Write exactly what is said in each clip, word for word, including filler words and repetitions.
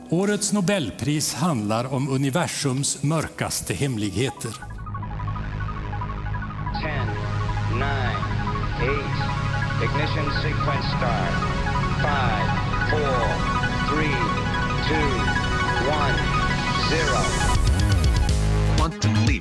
Årets Nobelpris handlar om universums mörkaste hemligheter. ten, nine, eight, ignition sequence start. five, four, three, two, one, zero. Quantum leap.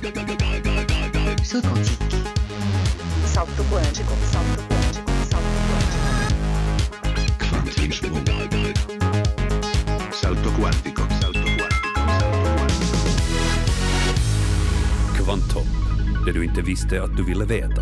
Saut quantique. Salto quântico, salto quântico, salto quântico. Quantum leap. Salto quantico, salto quantico, salto quantico. Kvantum, det du inte visste att du ville veta.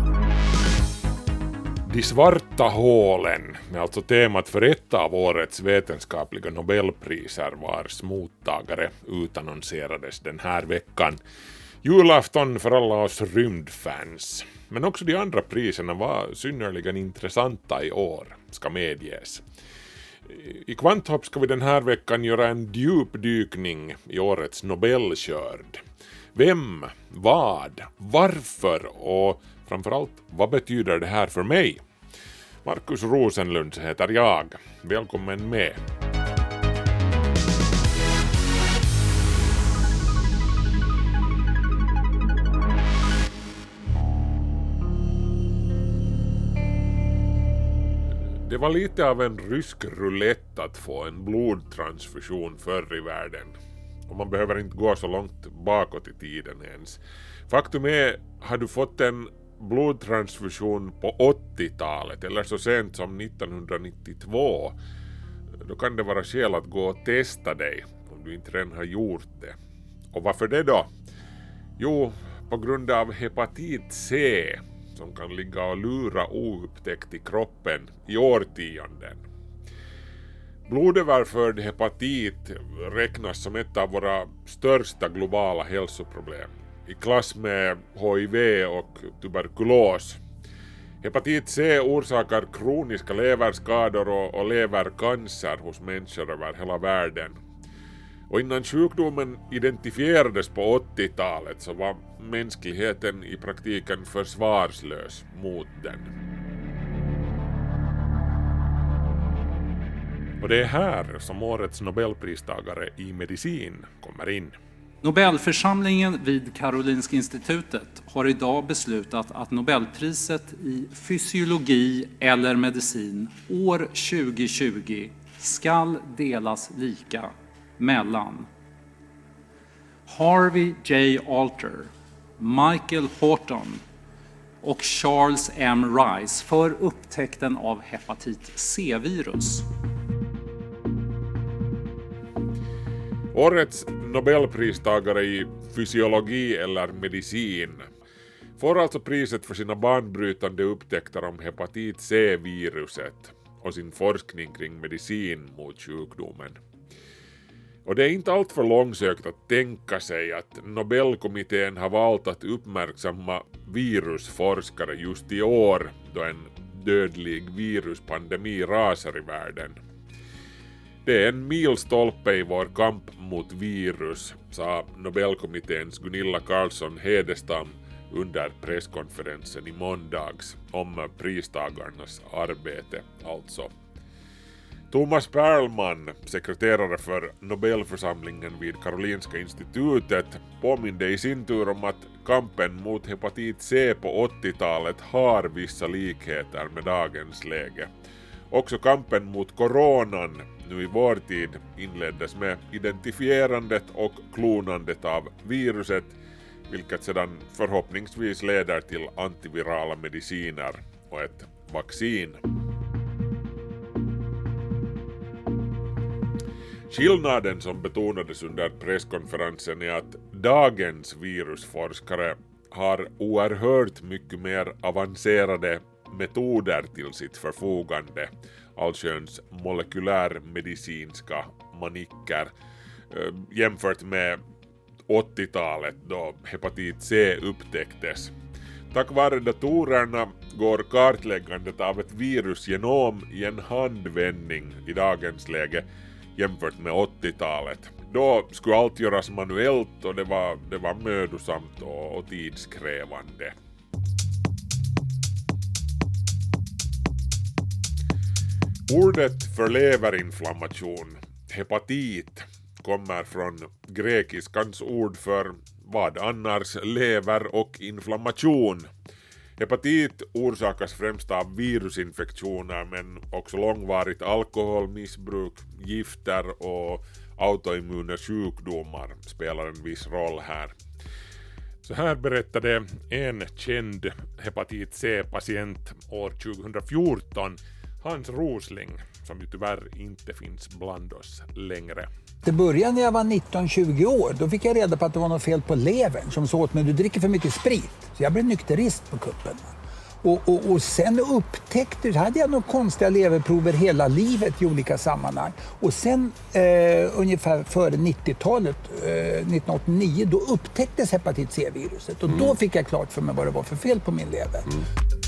De svarta hålen är alltså temat för ett av årets vetenskapliga Nobelpriser vars mottagare utannonserades den här veckan. Julafton för alla oss rymdfans. Men också de andra priserna var synnerligen intressanta i år, ska medges. I Kvanthopp ska vi den här veckan göra en djupdykning i årets Nobelskörd. Vem, vad, varför och framförallt vad betyder det här för mig? Markus Rosenlund heter jag. Välkommen med. Det var lite av en rysk roulette att få en blodtransfusion förr i världen. Och man behöver inte gå så långt bakåt i tiden ens. Faktum är, har du fått en blodtransfusion på åttiotalet eller så sent som nittonhundranittiotvå, då kan det vara skäl att gå och testa dig om du inte redan har gjort det. Och varför det då? Jo, på grund av hepatit C som kan ligga och lura oupptäckt i kroppen i årtionden. Blodöverförd hepatit räknas som ett av våra största globala hälsoproblem, i klass med H I V och tuberkulos. Hepatit C orsakar kroniska leverskador och, och levercancer hos människor över hela världen. Och innan sjukdomen identifierades på åttiotalet så var mänskligheten i praktiken försvarslös mot den. Och det är här som årets Nobelpristagare i medicin kommer in. Nobelförsamlingen vid Karolinska institutet har idag beslutat att Nobelpriset i fysiologi eller medicin år tjugo tjugo skall delas lika mellan Harvey J. Alter, Michael Horton och Charles M. Rice för upptäckten av hepatit C-virus. Årets Nobelpristagare i fysiologi eller medicin får alltså priset för sina banbrytande upptäckter om hepatit C-viruset och sin forskning kring medicin mot sjukdomen. Och det är inte allt för långsökt att tänka sig att Nobelkommittén har valt att uppmärksamma virusforskare just i år då en dödlig viruspandemi rasar i världen. Det är en milstolpe i vår kamp mot virus, sa Nobelkommitténs Gunilla Carlsson Hedestam under presskonferensen i måndags om pristagarnas arbete alltså. Thomas Perlman, sekreterare för Nobelförsamlingen vid Karolinska institutet, påminde i sin tur om att kampen mot hepatit C på åttiotalet har vissa likheter med dagens läge. Också kampen mot coronan nu i vår tid inleddes med identifierandet och klonandet av viruset, vilket sedan förhoppningsvis leder till antivirala mediciner och ett vaccin. Skillnaden som betonades under presskonferensen är att dagens virusforskare har oerhört mycket mer avancerade metoder till sitt förfogande, allsköns molekylärmedicinska manicker, jämfört med åttiotalet då hepatit C upptäcktes. Tack vare datorerna går kartläggandet av ett virusgenom i en handvändning i dagens läge jämfört med åttiotalet. Då skulle allt göras manuellt och det var, det var mödosamt och, och tidskrävande. Ordet för leverinflammation hepatit kommer från grekiskans ord för vad annars, lever och inflammation. Hepatit orsakas främst av virusinfektioner men också långvarigt alkoholmissbruk, gifter och autoimmuna sjukdomar spelar en viss roll här. Så här berättade en känd hepatit C-patient år tjugohundrafjorton, Hans Rosling, som ju tyvärr inte finns bland oss längre. Det började när jag var nitton tjugo år. Då fick jag reda på att det var något fel på levern som sa åt mig, du dricker för mycket sprit. Så jag blev nykterist på kuppen. Och, och, och sen upptäckte, hade jag nog konstiga leverprover hela livet i olika sammanhang. Och sen eh, ungefär före nittiotalet, eh, nittonhundraåttionio, då upptäcktes hepatit C-viruset. Och mm. då fick jag klart för mig vad det var för fel på min lever. Mm.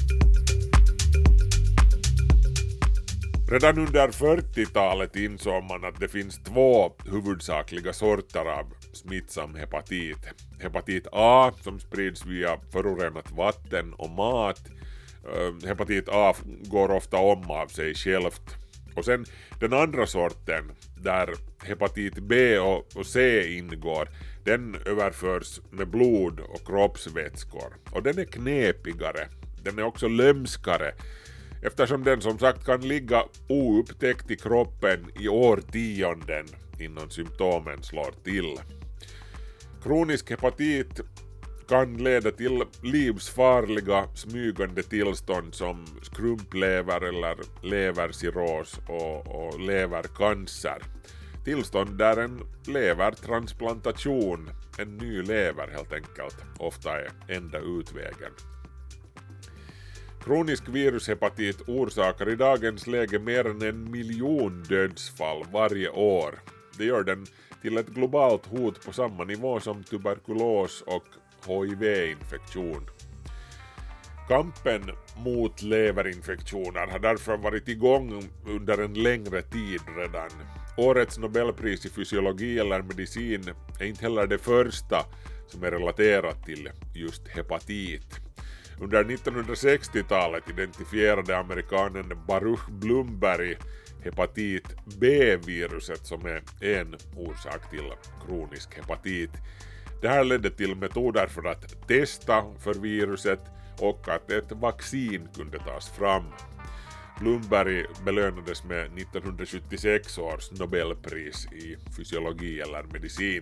Redan under fyrtiotalet insåg man att det finns två huvudsakliga sorter av smittsam hepatit. Hepatit A som sprids via förorenat vatten och mat. Hepatit A går ofta om av sig självt. Och sen den andra sorten där hepatit B och, och C ingår, den överförs med blod och kroppsvätskor. Och den är knepigare, den är också lömskare. Eftersom den som sagt kan ligga oupptäckt i kroppen i årtionden innan symptomen slår till. Kronisk hepatit kan leda till livsfarliga smygande tillstånd som skrumplever eller levercirros och, och levercancer. Tillstånd där en levertransplantation, en ny lever helt enkelt, ofta är enda utvägen. Kronisk virushepatit orsakar i dagens läge mer än en miljon dödsfall varje år. Det gör den till ett globalt hot på samma nivå som tuberkulos och H I V-infektion. Kampen mot leverinfektioner har därför varit igång under en längre tid redan. Årets Nobelpris i fysiologi eller medicin är inte heller det första som är relaterat till just hepatit. Under nittonhundrasextiotalet identifierade amerikanen Baruch Blumberg hepatit B-viruset som är en orsak till kronisk hepatit. Det här ledde till metoder för att testa för viruset och att ett vaccin kunde tas fram. Blumberg belönades med nittonhundrasjuttiosex års Nobelpris i fysiologi eller medicin.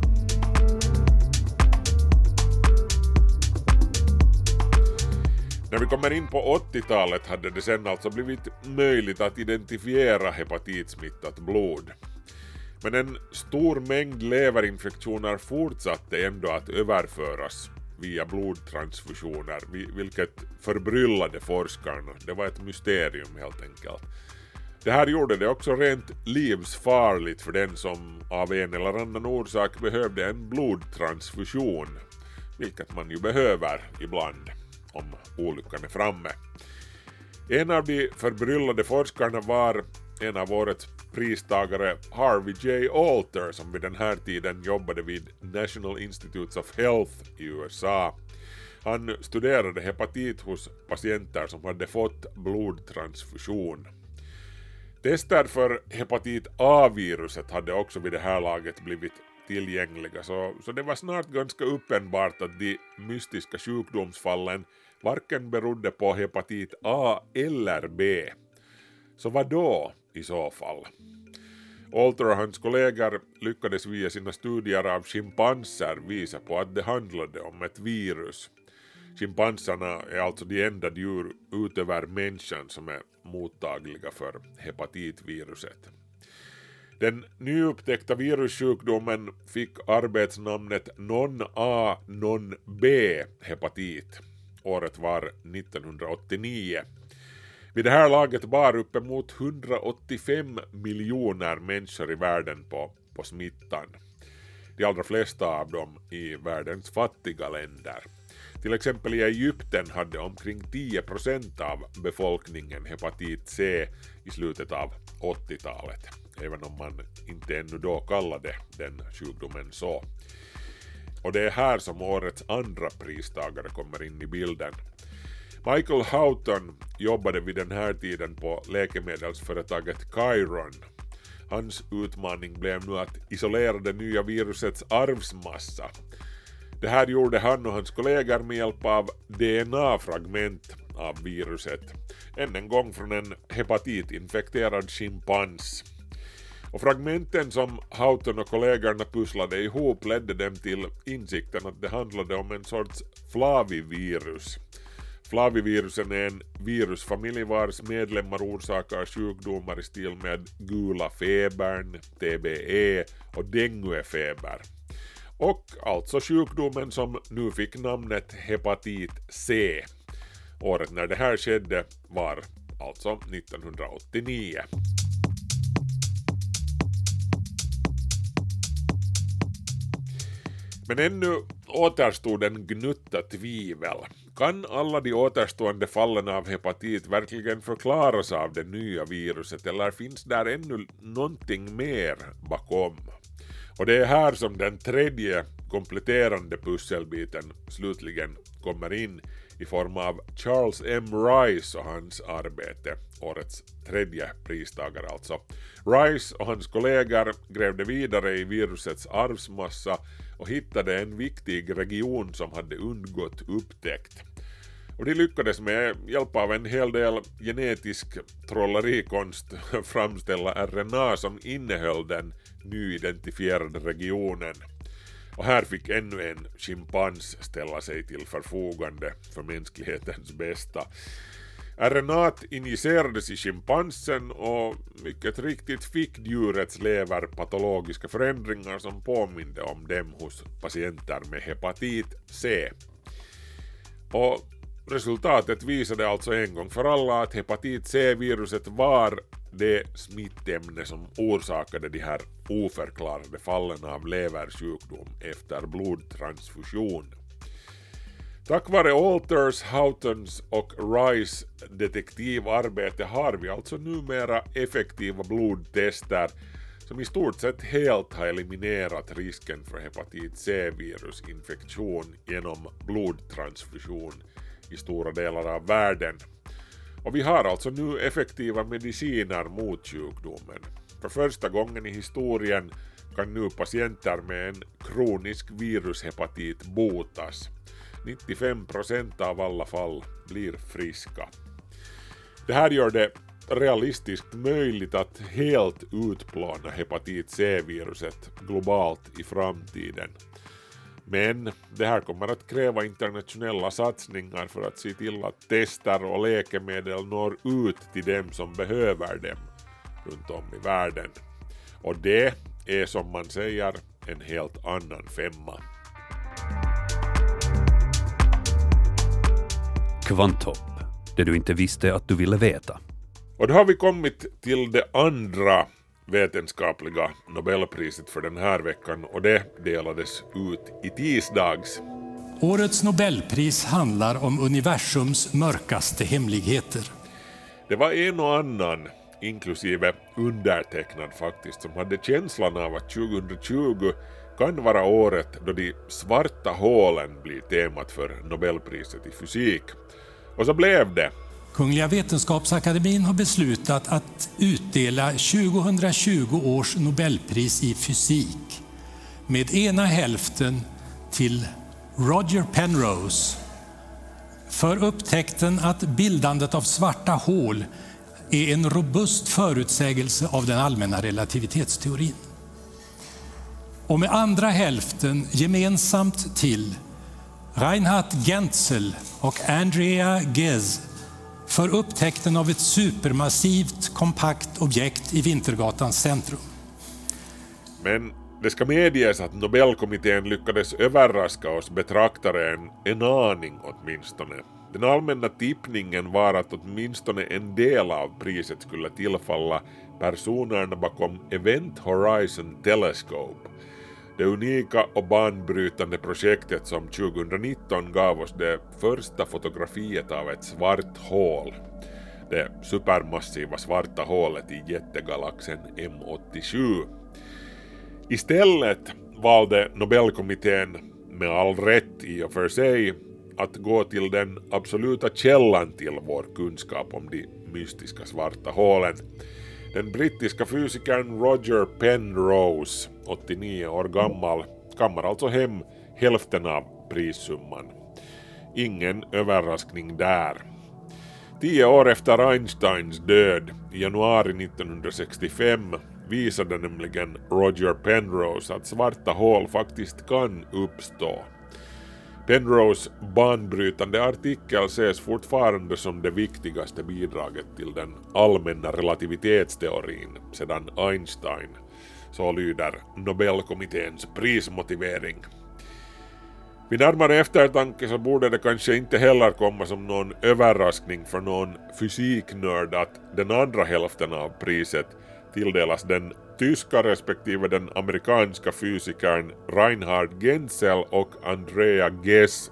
När vi kommer in på åttiotalet hade det sedan alltså blivit möjligt att identifiera hepatitsmittat blod. Men en stor mängd leverinfektioner fortsatte ändå att överföras via blodtransfusioner, vilket förbryllade forskarna. Det var ett mysterium helt enkelt. Det här gjorde det också rent livsfarligt för den som av en eller annan orsak behövde en blodtransfusion, vilket man ju behöver ibland om olyckan är framme. En av de förbryllade forskarna var en av årets pristagare Harvey J. Alter, som vid den här tiden jobbade vid National Institutes of Health i U S A. Han studerade hepatit hos patienter som hade fått blodtransfusion. Tester för hepatit A-viruset hade också vid det här laget blivit tillgängliga, så, så det var snart ganska uppenbart att de mystiska sjukdomsfallen varken berodde på hepatit A eller B. Så vad då i så fall? Alter och hans kollegor lyckades via sina studier av schimpanser visa på att det handlade om ett virus. Schimpanserna är alltså de enda djur utöver människan som är mottagliga för hepatitviruset. Den nyupptäckta virussjukdomen fick arbetsnamnet non A non B hepatit. Året var nittonhundraåttionio. Vid det här laget bar uppemot hundraåttiofem miljoner människor i världen på, på smittan. De allra flesta av dem i världens fattiga länder. Till exempel i Egypten hade omkring tio procent av befolkningen hepatit C i slutet av åttiotalet. Även om man inte ännu då kallade den sjukdomen så. Och det är här som årets andra pristagare kommer in i bilden. Michael Houghton jobbade vid den här tiden på läkemedelsföretaget Chiron. Hans utmaning blev nu att isolera det nya virusets arvsmassa. Det här gjorde han och hans kollegor med hjälp av D N A-fragment av viruset. Än en gång från en hepatitinfekterad schimpans. Och fragmenten som Houghton och kollegorna pusslade ihop ledde dem till insikten att det handlade om en sorts flavivirus. Flavivirusen är en virusfamilj vars medlemmar orsakar sjukdomar i stil med gula febern, T B E och denguefeber. Och alltså sjukdomen som nu fick namnet hepatit C. Året när det här skedde var alltså nittonhundraåttionio. Men ännu återstod en gnutta tvivel. Kan alla de återstående fallen av hepatit verkligen förklaras av det nya viruset, eller finns där ännu någonting mer bakom? Och det är här som den tredje kompletterande pusselbiten slutligen kommer in i form av Charles M. Rice och hans arbete, årets tredje pristagare alltså. Rice och hans kollegor grävde vidare i virusets arvsmassa och hittade en viktig region som hade undgått upptäckt. Och de lyckades med hjälp av en hel del genetisk trollerikonst framställa R N A som innehöll den nyidentifierade regionen. Och här fick ännu en schimpans ställa sig till förfogande för mänsklighetens bästa. R N A injicerades i schimpansen och mycket riktigt fick djurets lever patologiska förändringar som påminde om dem hos patienter med hepatit C. Och resultatet visade alltså en gång för alla att hepatit C-viruset var det smittämne som orsakade de här oförklarade fallen av leversjukdom efter blodtransfusion. Tack vare Alters, Houghtons och Rice detektivarbete har vi alltså numera effektiva blodtester som i stort sett helt har eliminerat risken för hepatit C-virusinfektion genom blodtransfusion i stora delar av världen. Och vi har alltså nu effektiva mediciner mot sjukdomen. För första gången i historien kan nu patienter med en kronisk virushepatit botas. nittiofem procent av alla fall blir friska. Det här gör det realistiskt möjligt att helt utplåna hepatit C-viruset globalt i framtiden. Men det här kommer att kräva internationella satsningar för att se till att tester och läkemedel når ut till dem som behöver dem runt om i världen. Och det är, som man säger, en helt annan femma. Kvanthopp, det du inte visste att du ville veta. Och då har vi kommit till det andra vetenskapliga Nobelpriset för den här veckan, och det delades ut i tisdags. Årets Nobelpris handlar om universums mörkaste hemligheter. Det var en och annan, inklusive undertecknad faktiskt, som hade känslan av att tjugohundratjugo kan vara året då de svarta hålen blir temat för Nobelpriset i fysik. Och så blev det. Kungliga Vetenskapsakademin har beslutat att utdela tjugohundratjugo års Nobelpris i fysik med ena hälften till Roger Penrose för upptäckten att bildandet av svarta hål är en robust förutsägelse av den allmänna relativitetsteorin. Och med andra hälften gemensamt till Reinhard Genzel och Andrea Ghez för upptäckten av ett supermassivt kompakt objekt i Vintergatans centrum. Men det ska medges att Nobelkommittén lyckades överraska oss betraktare en, en aning åtminstone. Den allmänna tippningen var att åtminstone en del av priset skulle tillfalla personerna bakom Event Horizon Telescope, det unika och banbrytande projektet som tjugohundranitton gav oss det första fotografiet av ett svart hål. Det supermassiva svarta hålet i jättegalaxen M åttiosju. Istället valde Nobelkommittén, med all rätt i och för sig, att gå till den absoluta källan till vår kunskap om de mystiska svarta hålen. Den brittiska fysikern Roger Penrose, åttionio år gammal, kammar alltså hem hälften av prissumman. Ingen överraskning där. Tio år efter Einsteins död, i januari nittonhundrasextiofem, visade nämligen Roger Penrose att svarta hål faktiskt kan uppstå. Penrose banbrytande artikel ses fortfarande som det viktigaste bidraget till den allmänna relativitetsteorin sedan Einstein. Så lyder Nobelkommitténs prismotivering. Vid närmare eftertanke så borde det kanske inte heller komma som någon överraskning för någon fysiknörd att den andra hälften av priset tilldelas den tyska respektive den amerikanska fysikern Reinhard Genzel och Andrea Ghez.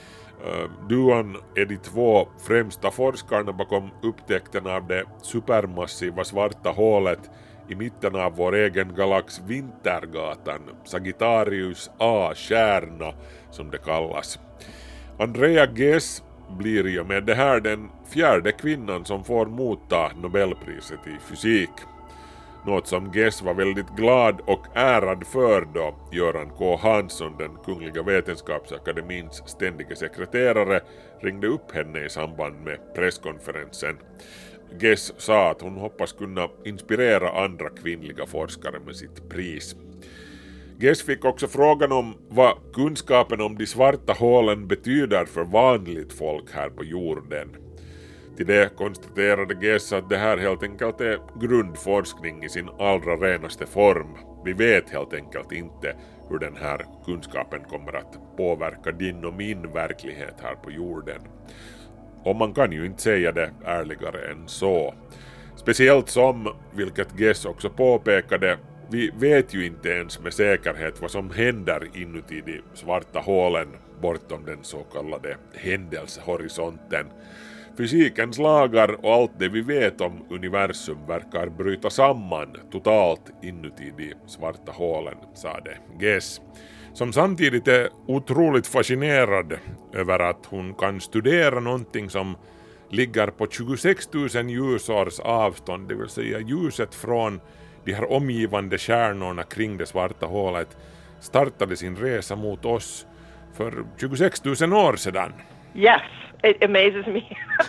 Duon är de två främsta forskarna bakom upptäckten av det supermassiva svarta hålet i mitten av vår egen galax Vintergatan, Sagittarius A-kärna som det kallas. Andrea Ghez blir i och med det här den fjärde kvinnan som får motta Nobelpriset i fysik. Något som Ghez var väldigt glad och ärad för då Göran K. Hansson, den Kungliga Vetenskapsakademins ständige sekreterare, ringde upp henne i samband med presskonferensen. Ghez sa att hon hoppas kunna inspirera andra kvinnliga forskare med sitt pris. Ghez fick också frågan om vad kunskapen om de svarta hålen betyder för vanligt folk här på jorden. Till det konstaterade Ghez att det här helt enkelt är grundforskning i sin allra renaste form. Vi vet helt enkelt inte hur den här kunskapen kommer att påverka din och min verklighet här på jorden. Och man kan ju inte säga det ärligare än så. Speciellt som, vilket Ghez också påpekade, vi vet ju inte ens med säkerhet vad som händer inuti de svarta hålen bortom den så kallade händelsehorisonten. Fysikens lagar och allt det vi vet om universum verkar bryta samman totalt inuti de svarta hålen, sade Ghez, som samtidigt är otroligt fascinerad över att hon kan studera någonting som ligger på tjugosex tusen ljusårs avstånd, det vill säga ljuset från de här omgivande kärnorna kring det svarta hålet startade sin resa mot oss för tjugosex tusen år sedan. Yes, it amazes me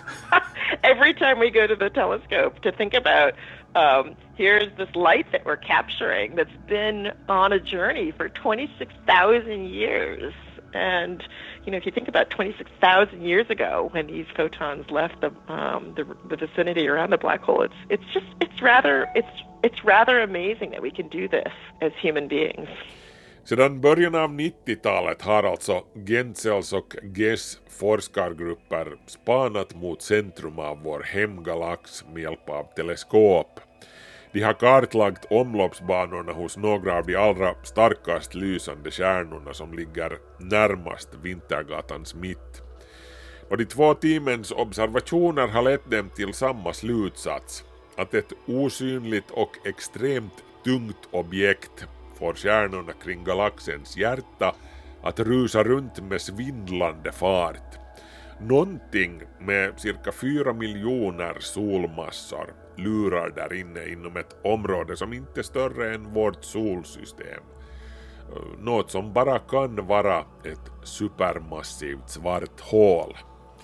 every time we go to the telescope to think about um, here's this light that we're capturing that's been on a journey for twenty-six thousand years. And, you know, if you think about twenty-six thousand years ago when these photons left the, um, the the vicinity around the black hole, it's it's just it's rather it's it's rather amazing that we can do this as human beings. Sedan början av nittiotalet har alltså Genzels och Ghez forskargrupper spanat mot centrum av vår hemgalax med hjälp av teleskop. De har kartlagt omloppsbanorna hos några av de allra starkast lysande kärnorna som ligger närmast Vintergatans mitt. Och de två teamens observationer har lett dem till samma slutsats, att ett osynligt och extremt tungt objekt får kärnorna kring galaxens hjärta att rusa runt med svindlande fart. Någonting med cirka fyra miljoner solmassor lurar där inne inom ett område som inte är större än vårt solsystem. Något som bara kan vara ett supermassivt svart hål.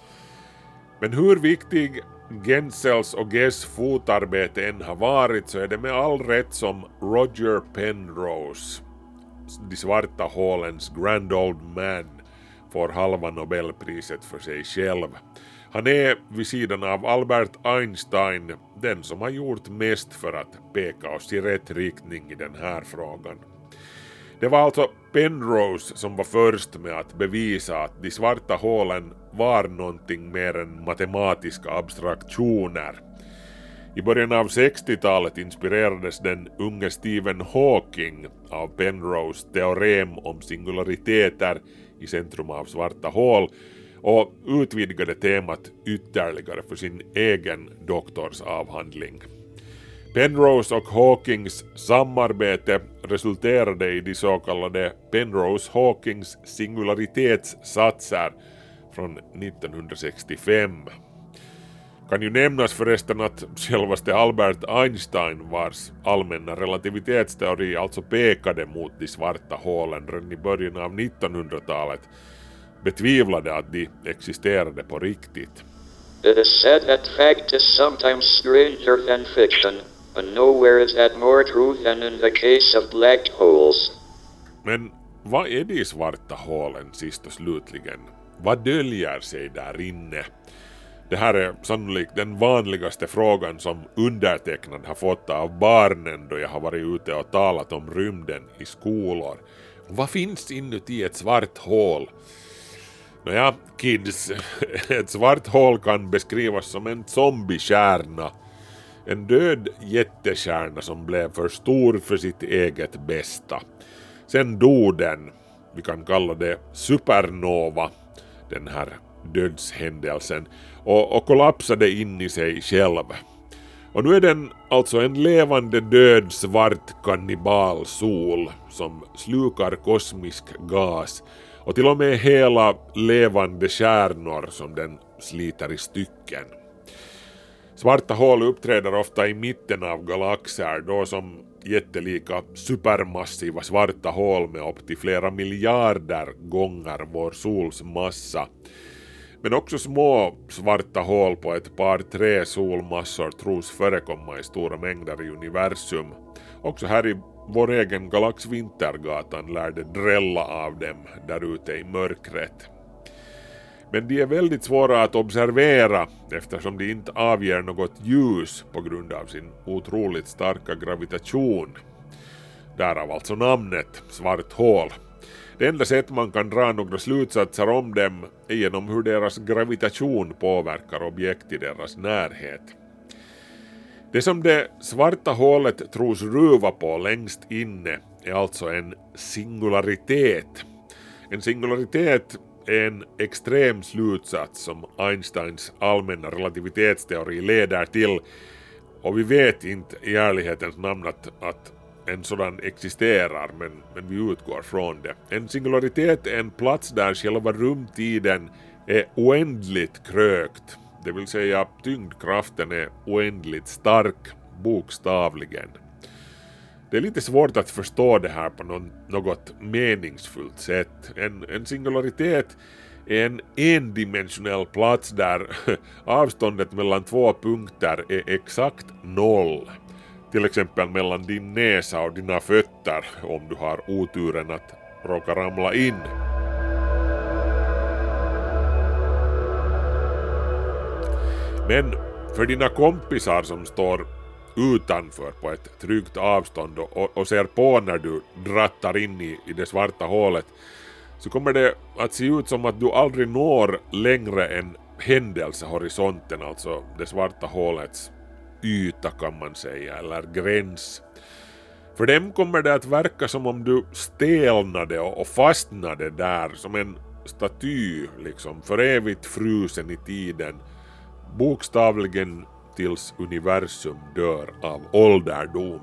Men hur viktig Genzels och Ghez fotarbete än har varit så är det med all rätt som Roger Penrose, de svarta hålens grand old man, får halva Nobelpriset för sig själv. Han är vid sidan av Albert Einstein den som har gjort mest för att peka oss i rätt riktning i den här frågan. Det var alltså Penrose som var först med att bevisa att de svarta hålen var någonting mer än matematiska abstraktioner. I början av sextiotalet inspirerades den unge Stephen Hawking av Penrose teorem om singulariteter i centrum av svarta hål och utvidgade temat ytterligare för sin egen doktorsavhandling. Penrose och Hawkings samarbete resulterade i de så kallade Penrose-Hawkings singularitetssatser från nittonhundrasextiofem. Kan ju nämnas förresten att självaste Albert Einstein, vars allmänna relativitetsteori alltså pekade mot de svarta hålen redan i början av nittonhundratalet, betvivlade att de existerade på riktigt. It is said that fact is sometimes stranger than fiction, and nowhere is that more true than in the case of black holes. Men vad är de svarta hålen sist och slutligen? Vad döljer sig där inne? Det här är sannolikt den vanligaste frågan som undertecknad har fått av barnen då jag har varit ute och talat om rymden i skolor. Vad finns inuti ett svart hål? Nåja, kids, ett svart hål kan beskrivas som en zombiekärna. En död jättekärna som blev för stor för sitt eget bästa. Sen dog den, vi kan kalla det supernova, den här dödshändelsen, och, och kollapsade in i sig själv. Och nu är den alltså en levande död svart kannibalsol som slukar kosmisk gas och till och med hela levande stjärnor som den sliter i stycken. Svarta hål uppträder ofta i mitten av galaxer, då som jättelika supermassiva svarta hål med upp till flera miljarder gånger vår sols massa. Men också små svarta hål på ett par tre solmassor tros förekomma i stora mängder i universum. Också här i vår egen galax Vintergatan lär det drälla av dem där ute i mörkret. Men de är väldigt svåra att observera eftersom de inte avger något ljus på grund av sin otroligt starka gravitation. Därav alltså namnet svart hål. Det enda sätt man kan dra några slutsatser om dem är genom hur deras gravitation påverkar objekt i deras närhet. Det som det svarta hålet tros ruva på längst inne är alltså en singularitet. En singularitet är en extrem slutsats som Einsteins allmänna relativitetsteori leder till, och vi vet inte i ärlighetens namn att, att en sådan existerar, men, men vi utgår från det. En singularitet är en plats där själva rumtiden är oändligt krökt, det vill säga tyngdkraften är oändligt stark, bokstavligen. Det är lite svårt att förstå det här på någon, något meningsfullt sätt. En, en singularitet är en endimensionell plats där avståndet mellan två punkter är exakt noll. Till exempel mellan din näsa och dina fötter om du har oturen att råka ramla in. Men för dina kompisar som står utanför på ett tryggt avstånd och, och ser på när du drattar in i, i det svarta hålet, så kommer det att se ut som att du aldrig når längre än händelsehorisonten, alltså det svarta hålets yta kan man säga, eller gräns. För dem kommer det att verka som om du stelnade och fastnade där som en staty, liksom för evigt frusen i tiden, bokstavligen tills universum dör av ålderdom.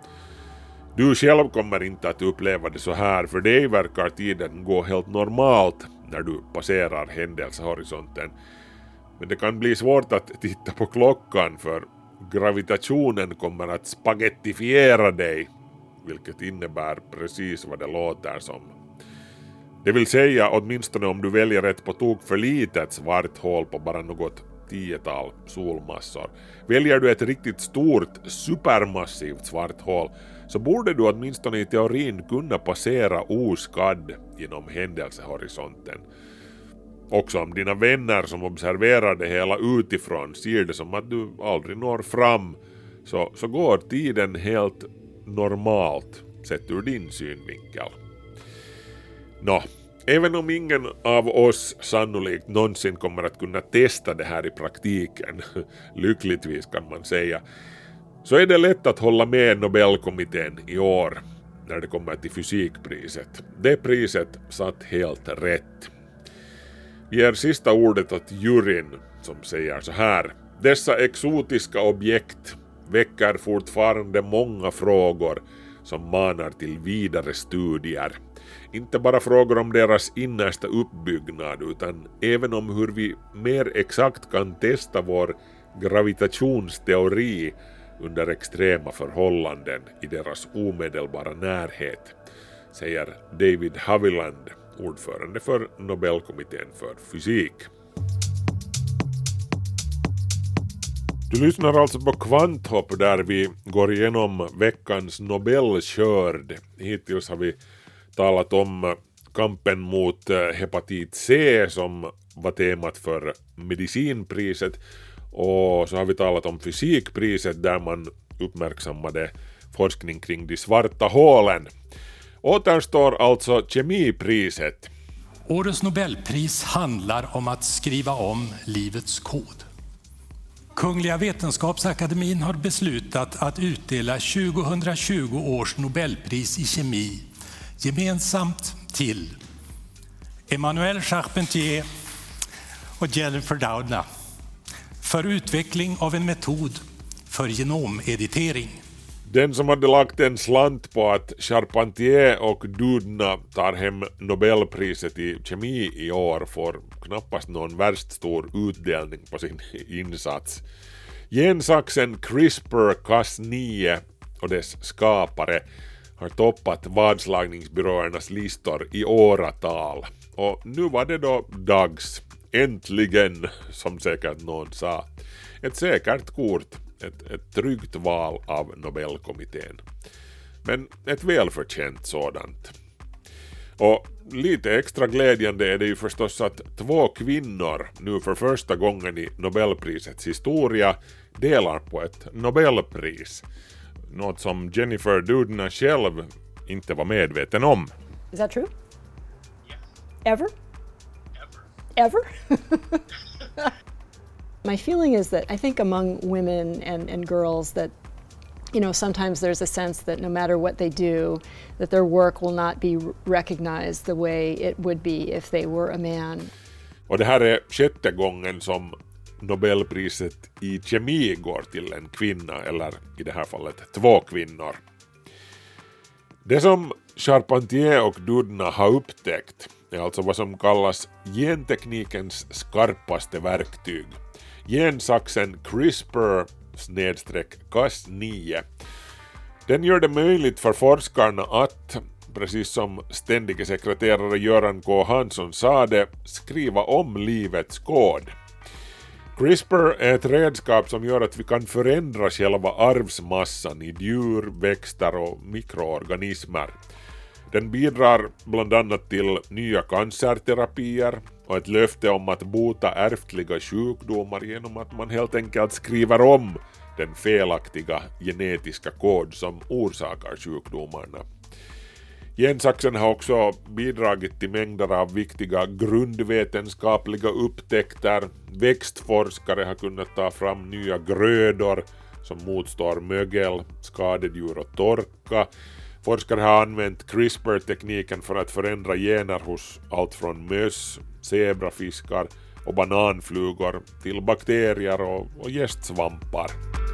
Du själv kommer inte att uppleva det så här, för dig verkar tiden gå helt normalt när du passerar händelsehorisonten. Men det kan bli svårt att titta på klockan, för gravitationen kommer att spagettifiera dig, vilket innebär precis vad det låter som. Det vill säga, åtminstone om du väljer ett på tok för litet svart hål på bara något tiotal solmassor. Väljer du ett riktigt stort supermassivt svart hål, så borde du åtminstone i teorin kunna passera oskadd genom händelsehorisonten. Också om dina vänner som observerar det hela utifrån ser det som att du aldrig når fram, så, så går tiden helt normalt sett ur din synvinkel. Nå, även om ingen av oss sannolikt någonsin kommer att kunna testa det här i praktiken, lyckligtvis kan man säga, så är det lätt att hålla med Nobelkommittén i år när det kommer till fysikpriset. Det priset satt helt rätt. Vi ger sista ordet åt juryn som säger så här: dessa exotiska objekt väcker fortfarande många frågor som manar till vidare studier. Inte bara frågor om deras innersta uppbyggnad, utan även om hur vi mer exakt kan testa vår gravitationsteori under extrema förhållanden i deras omedelbara närhet, säger David Haviland, ordförande för Nobelkommittén för fysik. Du lyssnar alltså på Kvanthopp där vi går igenom veckans Nobelskörd. Hittills har vi talat om kampen mot hepatit C som var temat för medicinpriset, och så har vi talat om fysikpriset där man uppmärksammade forskning kring de svarta hålen. Återstår alltså kemipriset. Årets Nobelpris handlar om att skriva om livets kod. Kungliga Vetenskapsakademin har beslutat att utdela tjugohundratjugo års Nobelpris i kemi gemensamt till Emmanuelle Charpentier och Jennifer Doudna för utveckling av en metod för genomeditering. Den som hade lagt en slant på att Charpentier och Doudna tar hem Nobelpriset i kemi i år får knappast någon värst stor utdelning på sin insats. Gensaxen CRISPR Cas nio och dess skapare har toppat vadslagningsbyråernas listor i åratal. Och nu var det då dags, äntligen, som säkert någon sa. Ett säkert kort, ett, ett tryggt val av Nobelkommittén. Men ett välförtjänt sådant. Och lite extra glädjande är det ju förstås att två kvinnor nu för första gången i Nobelprisets historia delar på ett Nobelpris. Något som Jennifer Doudna själv inte var medveten om. Is that true? Yes. Ever? Ever? Ever? My feeling is that I think among women and, and girls that, you know, sometimes there's a sense that no matter what they do, that their work will not be recognized the way it would be if they were a man. Och det här är sjätte gången som Nobelpriset i kemi går till en kvinna, eller i det här fallet två kvinnor. Det som Charpentier och Doudna har upptäckt är alltså vad som kallas genteknikens skarpaste verktyg. Gensaxen CRISPR-Cas nio. Den gör det möjligt för forskarna att, precis som ständige sekreterare Göran K. Hansson sa det, skriva om livets kod. CRISPR är ett redskap som gör att vi kan förändra själva arvsmassan i djur, växter och mikroorganismer. Den bidrar bland annat till nya cancerterapier och ett löfte om att bota ärftliga sjukdomar genom att man helt enkelt skriver om den felaktiga genetiska kod som orsakar sjukdomarna. Gensaxen har också bidragit till mängder av viktiga grundvetenskapliga upptäckter. Växtforskare har kunnat ta fram nya grödor som motstår mögel, skadedjur och torka. Forskare har använt CRISPR-tekniken för att förändra gener hos allt från möss, zebrafiskar och bananflugor till bakterier och, och gästsvampar.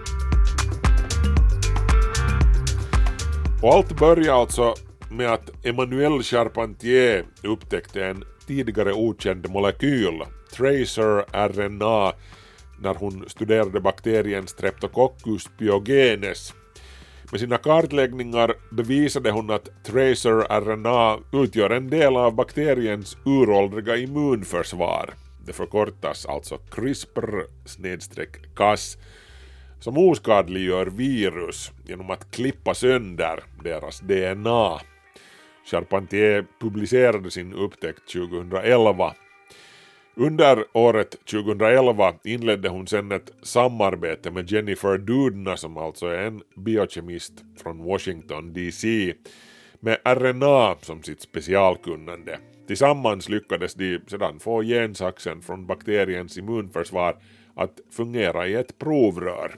Och allt börjar alltså med att Emmanuelle Charpentier upptäckte en tidigare okänd molekyl, tracer R N A, när hon studerade bakterien Streptococcus pyogenes. Med sina kartläggningar bevisade hon att tracer R N A utgör en del av bakteriens uråldriga immunförsvar. Det förkortas alltså CRISPR-Cas, som oskadliggör virus genom att klippa sönder deras D N A. Charpentier publicerade sin upptäckt tjugohundraelva. Under året tjugohundraelva inledde hon sedan ett samarbete med Jennifer Doudna, som alltså är en biokemist från Washington D C, med R N A som sitt specialkunnande. Tillsammans lyckades de sedan få gensaxen från bakteriens immunförsvar att fungera i ett provrör.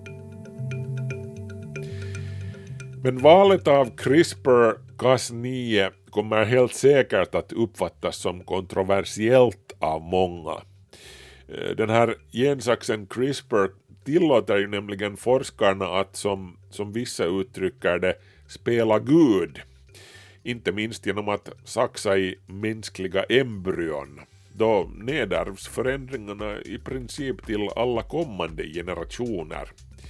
Men valet av CRISPR-Cas nio kommer helt säkert att uppfattas som kontroversiellt av många. Den här gensaxen CRISPR tillåter ju nämligen forskarna att, som, som vissa uttrycker det, spela Gud. Inte minst genom att saxa i mänskliga embryon. då nedärvs förändringarna i princip till alla kommande generationer.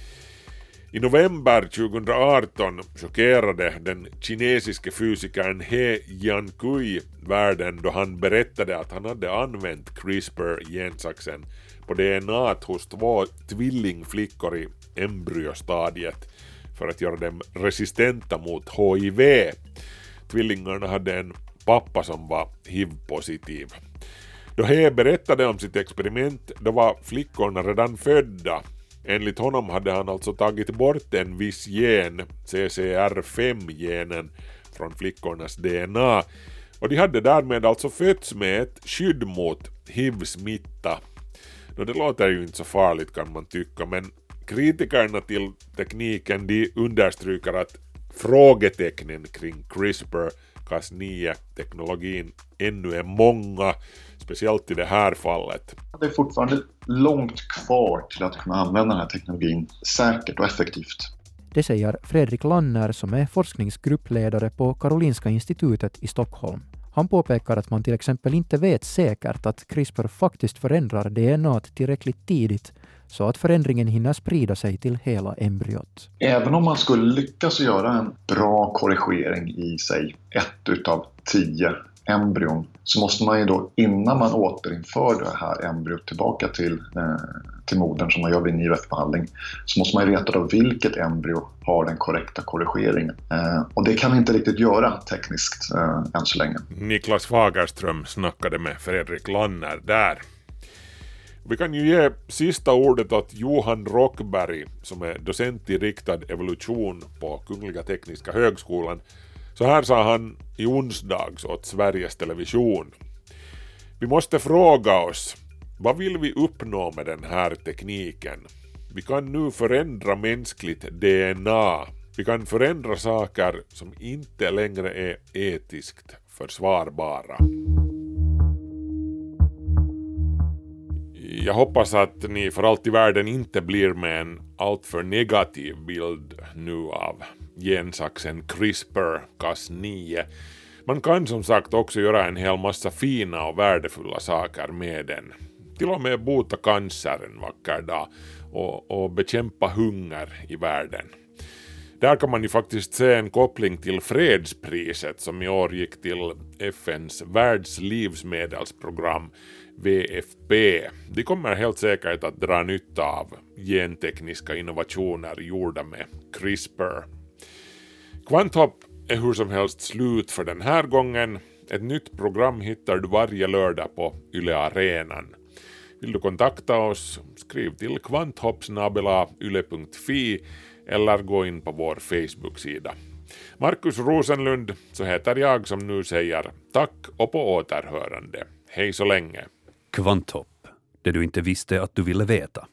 I november tjugoarton chockerade den kinesiske fysikern He Jiankui världen då han berättade att han hade använt CRISPR-gensaxen på D N A hos två tvillingflickor i embryostadiet för att göra dem resistenta mot H I V. Tvillingarna hade en pappa som var H I V-positiv. Då He berättade om sitt experiment, då var flickorna redan födda. Enligt honom hade han alltså tagit bort en viss gen, C C R fem-genen, från flickornas D N A. Och de hade därmed alltså fötts med ett skydd mot H I V-smitta. Då det låter ju inte så farligt kan man tycka, men kritikerna till tekniken de understryker att frågetecknen kring CRISPR Cas nio-teknologin ännu är många, speciellt i det här fallet. Det är fortfarande långt kvar till att kunna använda den här teknologin säkert och effektivt. Det säger Fredrik Lanner som är forskningsgruppledare på Karolinska institutet i Stockholm. Han påpekar att man till exempel inte vet säkert att CRISPR faktiskt förändrar D N A tillräckligt tidigt så att förändringen hinner sprida sig till hela embryot. Även om man skulle lyckas göra en bra korrigering i sig ett utav tio embryon, så måste man ju då innan man återinför det här embryot tillbaka till, eh, till modern som man gör vid en I V F-behandling, så måste man ju veta då vilket embryo har den korrekta korrigeringen. Eh, och det kan vi inte riktigt göra tekniskt eh, än så länge. Niklas Fagerström snackade med Fredrik Lanner där. Vi kan ju ge sista ordet åt Johan Rockberg som är docent i riktad evolution på Kungliga Tekniska högskolan. Så här sa han i onsdags åt Sveriges Television. Vi måste fråga oss, vad vill vi uppnå med den här tekniken? Vi kan nu förändra mänskligt D N A. Vi kan förändra saker som inte längre är etiskt försvarbara. Jag hoppas att ni för allt i världen inte blir med en alltför negativ bild nu av gensaxen CRISPR Cas nio. Man kan som sagt också göra en hel massa fina och värdefulla saker med den. Till och med bota cancer en vacker dag och, och bekämpa hunger i världen. Där kan man ju faktiskt se en koppling till fredspriset som i år gick till F N:s världslivsmedelsprogram V F P. De kommer helt säkert att dra nytta av gentekniska innovationer gjorda med CRISPR. Kvanthopp är hur som helst slut för den här gången. Ett nytt program hittar du varje lördag på Yle Arenan. Vill du kontakta oss, skriv till kvanthopp snabel-a yle punkt fi eller gå in på vår Facebook-sida. Markus Rosenlund, så heter jag som nu säger tack och på återhörande. Hej så länge. Kvanthopp, det du inte visste att du ville veta.